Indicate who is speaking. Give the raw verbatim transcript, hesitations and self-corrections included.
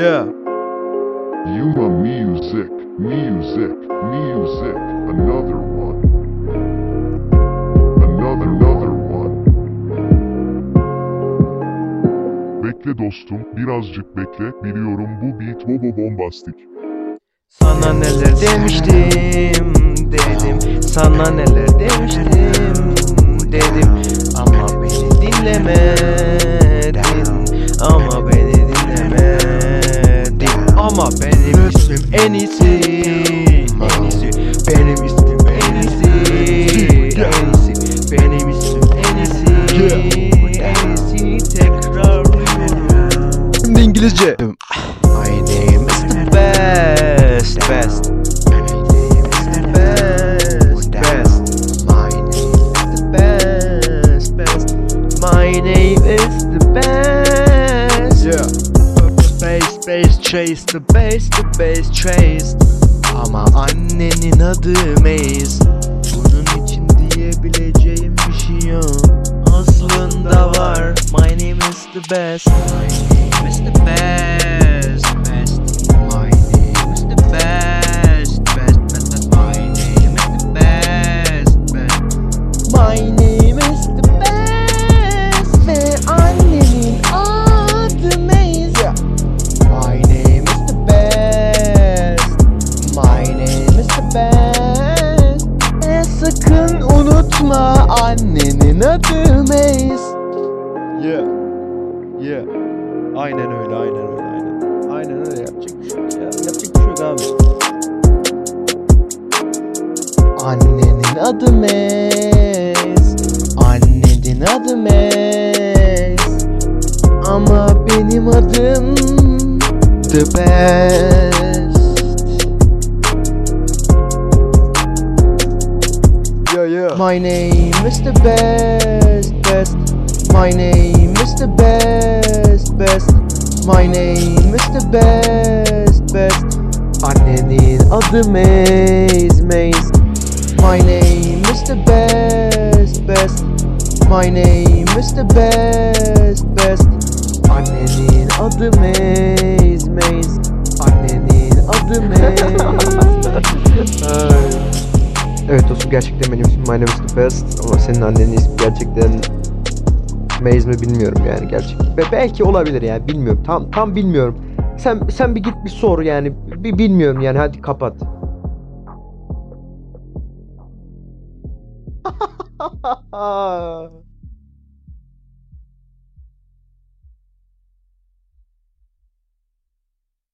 Speaker 1: Yeah.
Speaker 2: Yuma music, music, music, another one. Another, another one. Bekle dostum, birazcık bekle. Biliyorum bu beat bobo bombastik.
Speaker 1: Sana neler demiştim dedim. Sana neler demiştim dedim. Ama beni dinlemedin. Ama beni dinlemedin. Ama benim ismim en iyisi. En iyisi. Benim ismim en iyisi. En iyisi. Benim ismim en iyisi. En iyisi. Tekrarlıyorum. Şimdi İngilizce. My name is the best, best. My name is the best, best. My name is the best, best. My name is the best. Yeah. Bass, bass chase, the bass, the bass chase. Ama annenin adı Maze. Bunun için diyebileceğim bir şey yok. Aslında var. My name is the best. My name is the best, best. My name is the best, best, best. My name is the best, best. My name is the best ve annemin adı Maze. My name is the best. My name is the best. E sakın unutma annenin adı Maze. Yeah. Yeah. Aynen öyle, aynen öyle, aynen. Aynen öyle, yapacak bir şey yok ya. Yapacak bir şey yok abi. Annenin adı Maze. Annenin adı Maze. Ama benim adım The Best. Yeah, yeah. My name is the best, best. My name is the best, best. My name is the best, best. Annenin adı Maze, Maze. My name is the best, best. My name is the best, best. Annenin adı Maze, Maze. Annenin adı Maze. Evet dostum, gerçekten benim ismim My name is the best. Ama senin annenin ismi gerçekten Maze mi bilmiyorum yani gerçekten. Be belki olabilir yani, bilmiyorum. Tam tam bilmiyorum. Sen sen bir git bir sor yani. Bir bilmiyorum yani, hadi kapat.